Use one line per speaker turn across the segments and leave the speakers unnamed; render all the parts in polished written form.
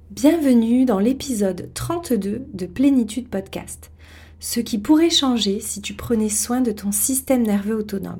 Bienvenue dans l'épisode 32 de Plénitude Podcast. Ce qui pourrait changer si tu prenais soin de ton système nerveux autonome.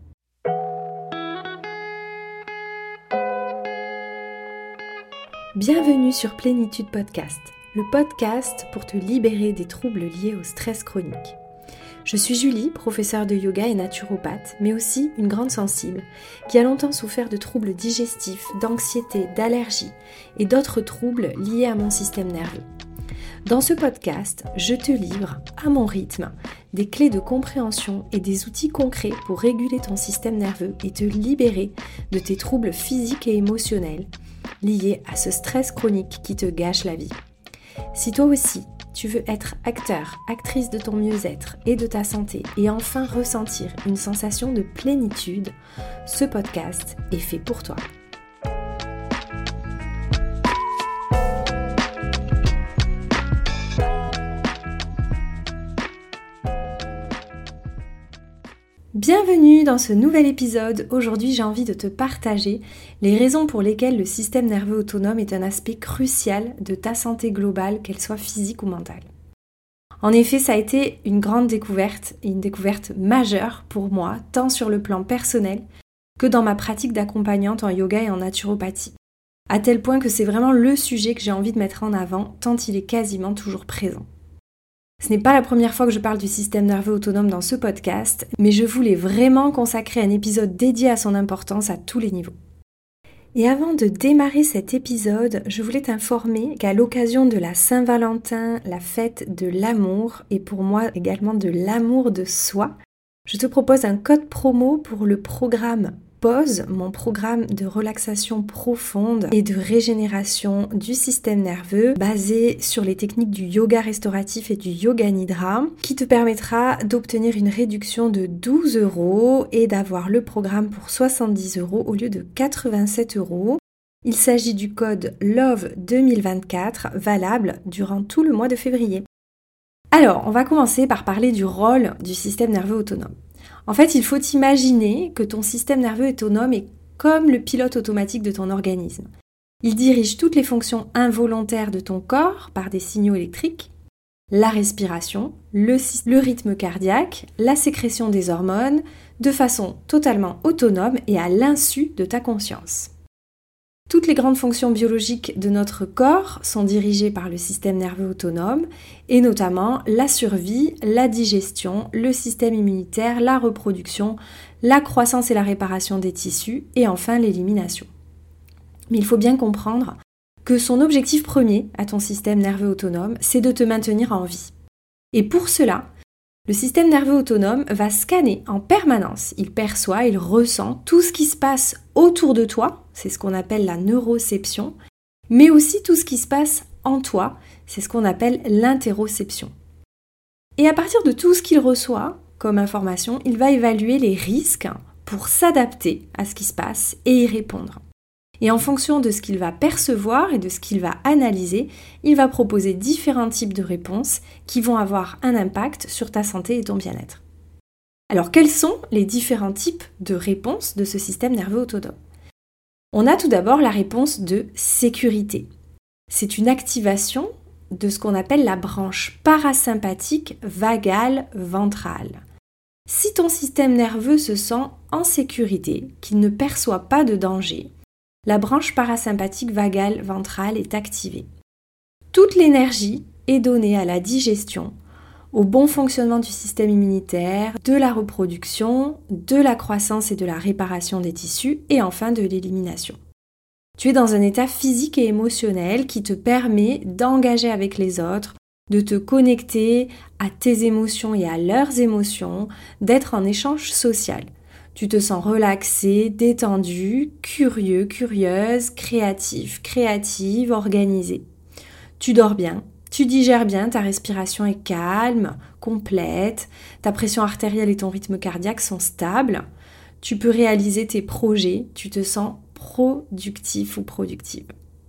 Bienvenue sur Plénitude Podcast, le podcast pour te libérer des troubles liés au stress chronique. Je suis Julie, professeure de yoga et naturopathe, mais aussi une grande sensible, qui a longtemps souffert de troubles digestifs, d'anxiété, d'allergies et d'autres troubles liés à mon système nerveux. Dans ce podcast, je te livre, à mon rythme, des clés de compréhension et des outils concrets pour réguler ton système nerveux et te libérer de tes troubles physiques et émotionnels liés à ce stress chronique qui te gâche la vie. Si toi aussi, tu veux être acteur, actrice de ton mieux-être et de ta santé et enfin ressentir une sensation de plénitude, ce podcast est fait pour toi. Bienvenue dans ce nouvel épisode. Aujourd'hui, j'ai envie de te partager les raisons pour lesquelles le système nerveux autonome est un aspect crucial de ta santé globale, qu'elle soit physique ou mentale. En effet, ça a été une grande découverte et une découverte majeure pour moi, tant sur le plan personnel que dans ma pratique d'accompagnante en yoga et en naturopathie. À tel point que c'est vraiment le sujet que j'ai envie de mettre en avant, tant il est quasiment toujours présent. Ce n'est pas la première fois que je parle du système nerveux autonome dans ce podcast, mais je voulais vraiment consacrer un épisode dédié à son importance à tous les niveaux. Et avant de démarrer cet épisode, je voulais t'informer qu'à l'occasion de la Saint-Valentin, la fête de l'amour, et pour moi également de l'amour de soi, je te propose un code promo pour le programme PAUSE, mon programme de relaxation profonde et de régénération du système nerveux basé sur les techniques du yoga restauratif et du yoga nidra qui te permettra d'obtenir une réduction de 12 € et d'avoir le programme pour 70 € au lieu de 87 €. Il s'agit du code LOVE2024 valable durant tout le mois de février. Alors, on va commencer par parler du rôle du système nerveux autonome. En fait, il faut imaginer que ton système nerveux autonome est comme le pilote automatique de ton organisme. Il dirige toutes les fonctions involontaires de ton corps par des signaux électriques, la respiration, le rythme cardiaque, la sécrétion des hormones, de façon totalement autonome et à l'insu de ta conscience. Toutes les grandes fonctions biologiques de notre corps sont dirigées par le système nerveux autonome et notamment la survie, la digestion, le système immunitaire, la reproduction, la croissance et la réparation des tissus et enfin l'élimination. Mais il faut bien comprendre que son objectif premier à ton système nerveux autonome, c'est de te maintenir en vie. Et pour cela, le système nerveux autonome va scanner en permanence, il perçoit, il ressent tout ce qui se passe autour de toi, c'est ce qu'on appelle la neuroception, mais aussi tout ce qui se passe en toi, c'est ce qu'on appelle l'interoception. Et à partir de tout ce qu'il reçoit comme information, il va évaluer les risques pour s'adapter à ce qui se passe et y répondre. Et en fonction de ce qu'il va percevoir et de ce qu'il va analyser, il va proposer différents types de réponses qui vont avoir un impact sur ta santé et ton bien-être. Alors, quels sont les différents types de réponses de ce système nerveux autonome ? On a tout d'abord la réponse de sécurité. C'est une activation de ce qu'on appelle la branche parasympathique vagale ventrale. Si ton système nerveux se sent en sécurité, qu'il ne perçoit pas de danger, la branche parasympathique vagale ventrale est activée. Toute l'énergie est donnée à la digestion, au bon fonctionnement du système immunitaire, de la reproduction, de la croissance et de la réparation des tissus et enfin de l'élimination. Tu es dans un état physique et émotionnel qui te permet d'engager avec les autres, de te connecter à tes émotions et à leurs émotions, d'être en échange social. Tu te sens relaxé, détendu, curieux, curieuse, créatif, créative, organisé. Tu dors bien, tu digères bien, ta respiration est calme, complète, ta pression artérielle et ton rythme cardiaque sont stables. Tu peux réaliser tes projets, tu te sens productif ou productive.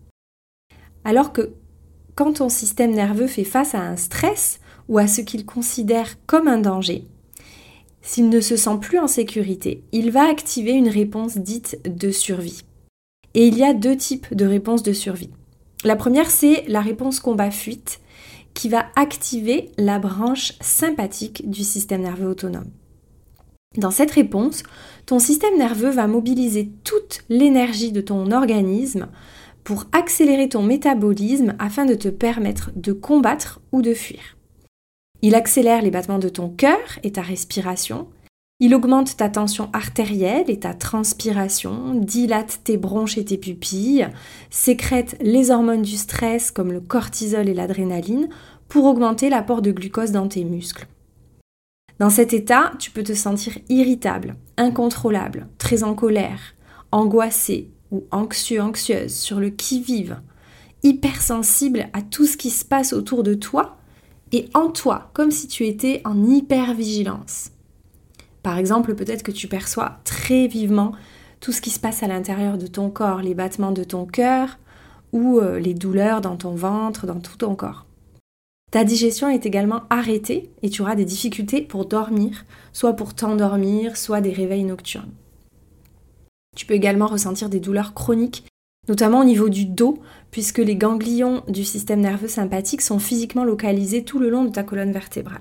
Alors que quand ton système nerveux fait face à un stress ou à ce qu'il considère comme un danger, s'il ne se sent plus en sécurité, il va activer une réponse dite de survie. Et il y a deux types de réponses de survie. La première, c'est la réponse combat-fuite qui va activer la branche sympathique du système nerveux autonome. Dans cette réponse, ton système nerveux va mobiliser toute l'énergie de ton organisme pour accélérer ton métabolisme afin de te permettre de combattre ou de fuir. Il accélère les battements de ton cœur et ta respiration, il augmente ta tension artérielle et ta transpiration, dilate tes bronches et tes pupilles, sécrète les hormones du stress comme le cortisol et l'adrénaline pour augmenter l'apport de glucose dans tes muscles. Dans cet état, tu peux te sentir irritable, incontrôlable, très en colère, angoissé ou anxieuse, sur le qui-vive, hypersensible à tout ce qui se passe autour de toi et en toi, comme si tu étais en hypervigilance. Par exemple, peut-être que tu perçois très vivement tout ce qui se passe à l'intérieur de ton corps, les battements de ton cœur ou les douleurs dans ton ventre, dans tout ton corps. Ta digestion est également arrêtée et tu auras des difficultés pour dormir, soit pour t'endormir, soit des réveils nocturnes. Tu peux également ressentir des douleurs chroniques, notamment au niveau du dos, puisque les ganglions du système nerveux sympathique sont physiquement localisés tout le long de ta colonne vertébrale.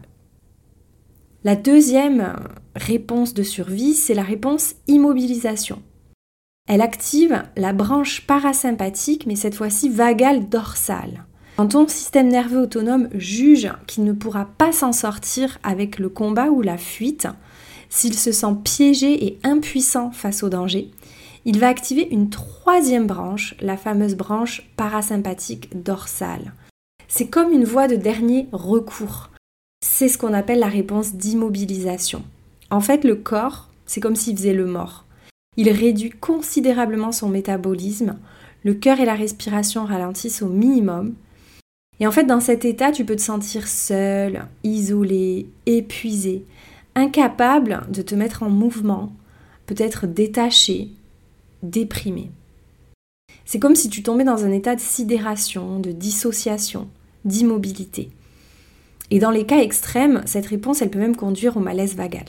La deuxième réponse de survie, c'est la réponse immobilisation. Elle active la branche parasympathique, mais cette fois-ci vagale dorsale. Quand ton système nerveux autonome juge qu'il ne pourra pas s'en sortir avec le combat ou la fuite, s'il se sent piégé et impuissant face au danger, il va activer une troisième branche, la fameuse branche parasympathique dorsale. C'est comme une voie de dernier recours. C'est ce qu'on appelle la réponse d'immobilisation. En fait, le corps, c'est comme s'il faisait le mort. Il réduit considérablement son métabolisme, le cœur et la respiration ralentissent au minimum. Et en fait, dans cet état, tu peux te sentir seul, isolé, épuisé, incapable de te mettre en mouvement, peut-être détaché, déprimé. C'est comme si tu tombais dans un état de sidération, de dissociation, d'immobilité. Et dans les cas extrêmes, cette réponse, elle peut même conduire au malaise vagal.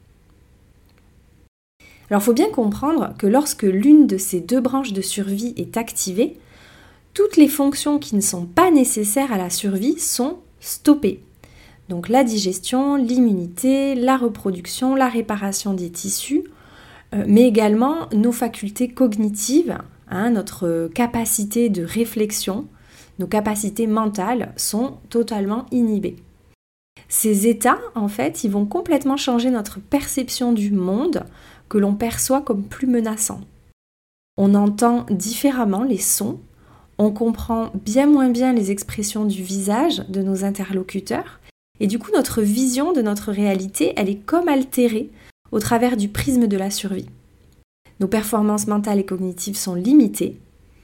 Alors, il faut bien comprendre que lorsque l'une de ces deux branches de survie est activée, toutes les fonctions qui ne sont pas nécessaires à la survie sont stoppées. Donc la digestion, l'immunité, la reproduction, la réparation des tissus, mais également nos facultés cognitives, notre capacité de réflexion, nos capacités mentales sont totalement inhibées. Ces états, en fait, ils vont complètement changer notre perception du monde que l'on perçoit comme plus menaçant. On entend différemment les sons, on comprend bien moins bien les expressions du visage de nos interlocuteurs et du coup notre vision de notre réalité, elle est comme altérée au travers du prisme de la survie. Nos performances mentales et cognitives sont limitées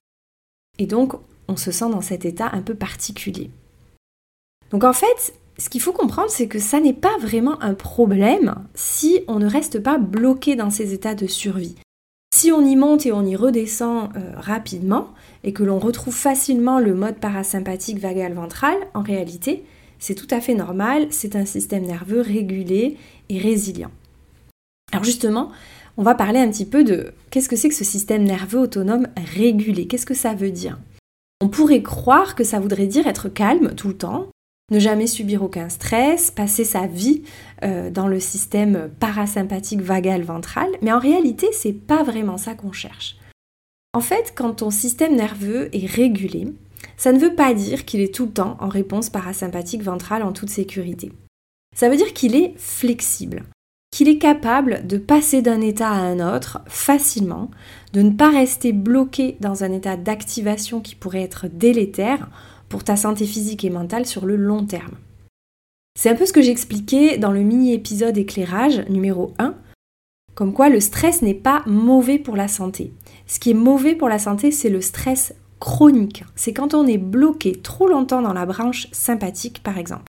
et donc on se sent dans cet état un peu particulier. Donc en fait, ce qu'il faut comprendre, c'est que ça n'est pas vraiment un problème si on ne reste pas bloqué dans ces états de survie. Si on y monte et on y redescend rapidement et que l'on retrouve facilement le mode parasympathique vagal ventral, en réalité, c'est tout à fait normal, c'est un système nerveux régulé et résilient. Alors justement, on va parler un petit peu de qu'est-ce que c'est que ce système nerveux autonome régulé, qu'est-ce que ça veut dire ? On pourrait croire que ça voudrait dire être calme tout le temps, ne jamais subir aucun stress, passer sa vie dans le système parasympathique vagal ventral, mais en réalité, c'est pas vraiment ça qu'on cherche. En fait, quand ton système nerveux est régulé, ça ne veut pas dire qu'il est tout le temps en réponse parasympathique ventrale en toute sécurité. Ça veut dire qu'il est flexible, qu'il est capable de passer d'un état à un autre facilement, de ne pas rester bloqué dans un état d'activation qui pourrait être délétère pour ta santé physique et mentale sur le long terme. C'est un peu ce que j'expliquais dans le mini-épisode éclairage numéro 1, comme quoi le stress n'est pas mauvais pour la santé. Ce qui est mauvais pour la santé, c'est le stress chronique. C'est quand on est bloqué trop longtemps dans la branche sympathique, par exemple.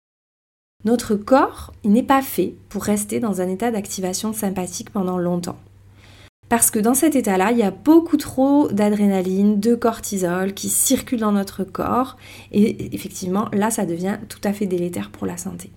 Notre corps, il n'est pas fait pour rester dans un état d'activation sympathique pendant longtemps. Parce que dans cet état-là, il y a beaucoup trop d'adrénaline, de cortisol qui circulent dans notre corps et effectivement, là, ça devient tout à fait délétère pour la santé.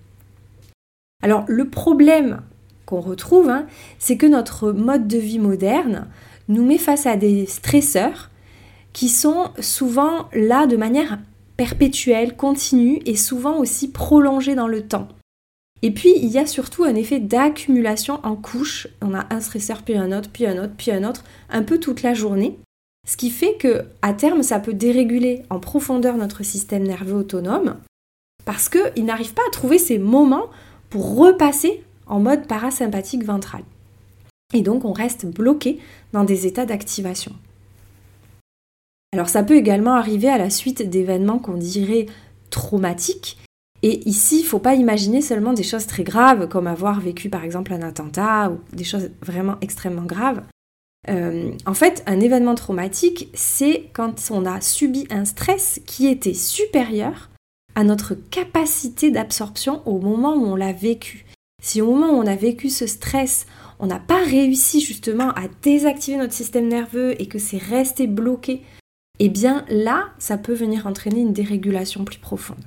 Alors, le problème qu'on retrouve, c'est que notre mode de vie moderne nous met face à des stresseurs qui sont souvent là de manière perpétuelle, continue et souvent aussi prolongée dans le temps. Et puis, il y a surtout un effet d'accumulation en couches. On a un stresseur, puis un autre, puis un autre, puis un autre, un peu toute la journée. Ce qui fait qu'à terme, ça peut déréguler en profondeur notre système nerveux autonome parce qu'il n'arrive pas à trouver ces moments pour repasser en mode parasympathique ventral. Et donc, on reste bloqué dans des états d'activation. Alors, ça peut également arriver à la suite d'événements qu'on dirait traumatiques. Et ici, il ne faut pas imaginer seulement des choses très graves, comme avoir vécu par exemple un attentat ou des choses vraiment extrêmement graves. En fait, un événement traumatique, c'est quand on a subi un stress qui était supérieur à notre capacité d'absorption au moment où on l'a vécu. Si au moment où on a vécu ce stress, on n'a pas réussi justement à désactiver notre système nerveux et que c'est resté bloqué, eh bien là, ça peut venir entraîner une dérégulation plus profonde.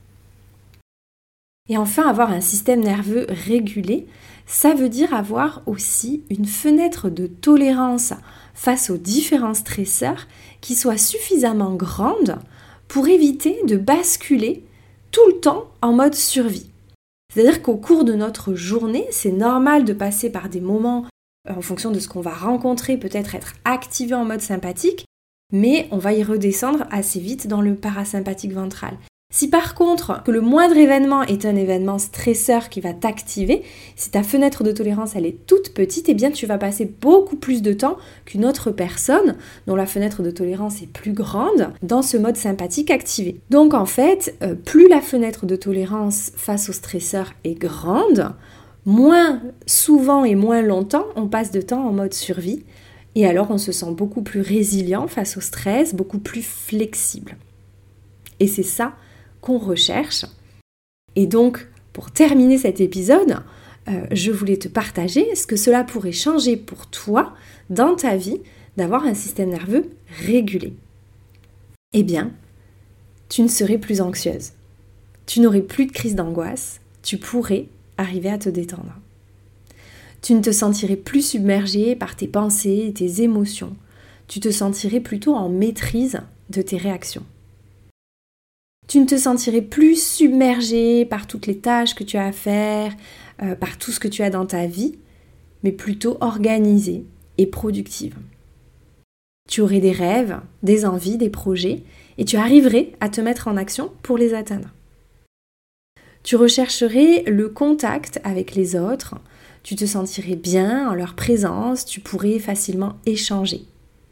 Et enfin, avoir un système nerveux régulé, ça veut dire avoir aussi une fenêtre de tolérance face aux différents stresseurs qui soit suffisamment grande pour éviter de basculer tout le temps en mode survie. C'est-à-dire qu'au cours de notre journée, c'est normal de passer par des moments, en fonction de ce qu'on va rencontrer, peut-être être activé en mode sympathique, mais on va y redescendre assez vite dans le parasympathique ventral. Si par contre, que le moindre événement est un événement stresseur qui va t'activer, si ta fenêtre de tolérance elle est toute petite, eh bien tu vas passer beaucoup plus de temps qu'une autre personne dont la fenêtre de tolérance est plus grande dans ce mode sympathique activé. Donc en fait, plus la fenêtre de tolérance face au stresseur est grande, moins souvent et moins longtemps on passe de temps en mode survie et alors on se sent beaucoup plus résilient face au stress, beaucoup plus flexible. Et c'est ça qu'on recherche. Et donc, pour terminer cet épisode, je voulais te partager ce que cela pourrait changer pour toi dans ta vie d'avoir un système nerveux régulé. Eh bien, tu ne serais plus anxieuse. Tu n'aurais plus de crise d'angoisse. Tu pourrais arriver à te détendre. Tu ne te sentirais plus submergée par tes pensées et tes émotions. Tu te sentirais plutôt en maîtrise de tes réactions. Tu ne te sentirais plus submergée par toutes les tâches que tu as à faire, par tout ce que tu as dans ta vie, mais plutôt organisée et productive. Tu aurais des rêves, des envies, des projets, et tu arriverais à te mettre en action pour les atteindre. Tu rechercherais le contact avec les autres, tu te sentirais bien en leur présence, tu pourrais facilement échanger.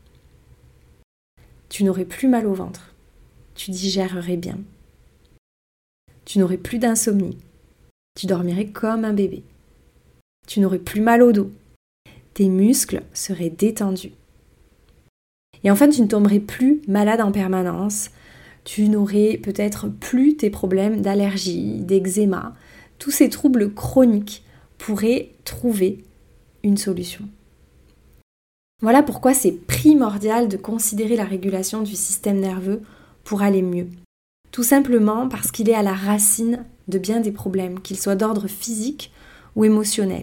Tu n'aurais plus mal au ventre. Tu digérerais bien. Tu n'aurais plus d'insomnie. Tu dormirais comme un bébé. Tu n'aurais plus mal au dos. Tes muscles seraient détendus. Et enfin, tu ne tomberais plus malade en permanence. Tu n'aurais peut-être plus tes problèmes d'allergie, d'eczéma. Tous ces troubles chroniques pourraient trouver une solution. Voilà pourquoi c'est primordial de considérer la régulation du système nerveux pour aller mieux. Tout simplement parce qu'il est à la racine de bien des problèmes, qu'ils soient d'ordre physique ou émotionnel.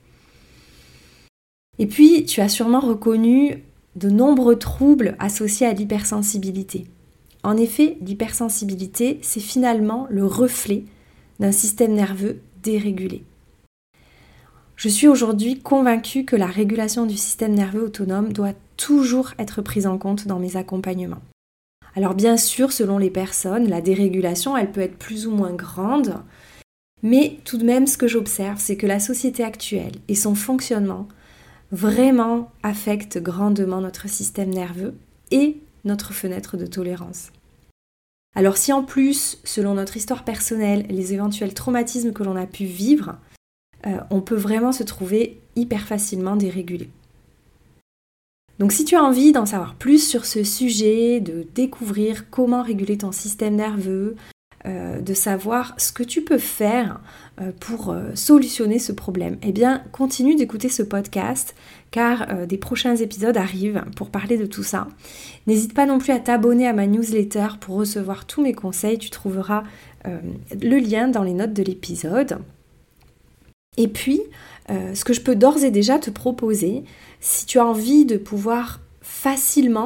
Et puis, tu as sûrement reconnu de nombreux troubles associés à l'hypersensibilité. En effet, l'hypersensibilité, c'est finalement le reflet d'un système nerveux dérégulé. Je suis aujourd'hui convaincue que la régulation du système nerveux autonome doit toujours être prise en compte dans mes accompagnements. Alors bien sûr, selon les personnes, la dérégulation, elle peut être plus ou moins grande, mais tout de même, ce que j'observe, c'est que la société actuelle et son fonctionnement vraiment affectent grandement notre système nerveux et notre fenêtre de tolérance. Alors si en plus, selon notre histoire personnelle, les éventuels traumatismes que l'on a pu vivre, on peut vraiment se trouver hyper facilement dérégulé. Donc si tu as envie d'en savoir plus sur ce sujet, de découvrir comment réguler ton système nerveux, de savoir ce que tu peux faire pour solutionner ce problème, eh bien continue d'écouter ce podcast car des prochains épisodes arrivent pour parler de tout ça. N'hésite pas non plus à t'abonner à ma newsletter pour recevoir tous mes conseils, tu trouveras le lien dans les notes de l'épisode. Et puis, ce que je peux d'ores et déjà te proposer, si tu as envie de pouvoir facilement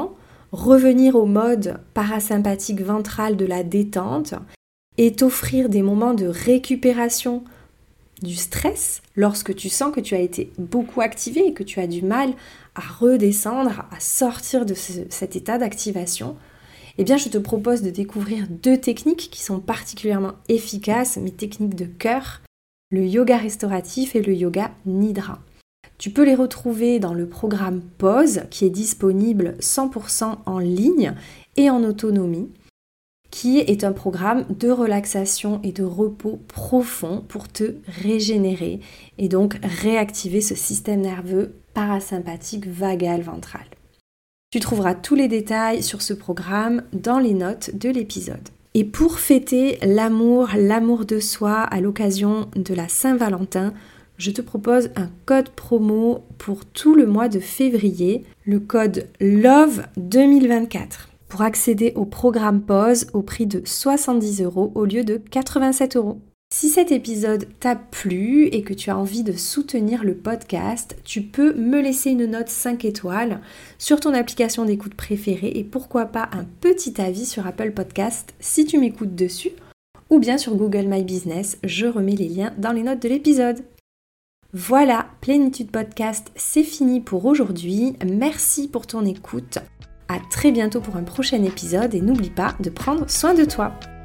revenir au mode parasympathique ventral de la détente et t'offrir des moments de récupération du stress lorsque tu sens que tu as été beaucoup activé et que tu as du mal à redescendre, à sortir de cet état d'activation, eh bien je te propose de découvrir 2 techniques qui sont particulièrement efficaces, mes techniques de cœur, le yoga restauratif et le yoga nidra. Tu peux les retrouver dans le programme Pause qui est disponible 100% en ligne et en autonomie, qui est un programme de relaxation et de repos profond pour te régénérer et donc réactiver ce système nerveux parasympathique vagal ventral. Tu trouveras tous les détails sur ce programme dans les notes de l'épisode. Et pour fêter l'amour de soi à l'occasion de la Saint-Valentin, je te propose un code promo pour tout le mois de février, le code LOVE2024. Pour accéder au programme Pause au prix de 70 € au lieu de 87 €. Si cet épisode t'a plu et que tu as envie de soutenir le podcast, tu peux me laisser une note 5 étoiles sur ton application d'écoute préférée et pourquoi pas un petit avis sur Apple Podcast si tu m'écoutes dessus ou bien sur Google My Business, je remets les liens dans les notes de l'épisode. Voilà, Plénitude Podcast, c'est fini pour aujourd'hui. Merci pour ton écoute. À très bientôt pour un prochain épisode et n'oublie pas de prendre soin de toi.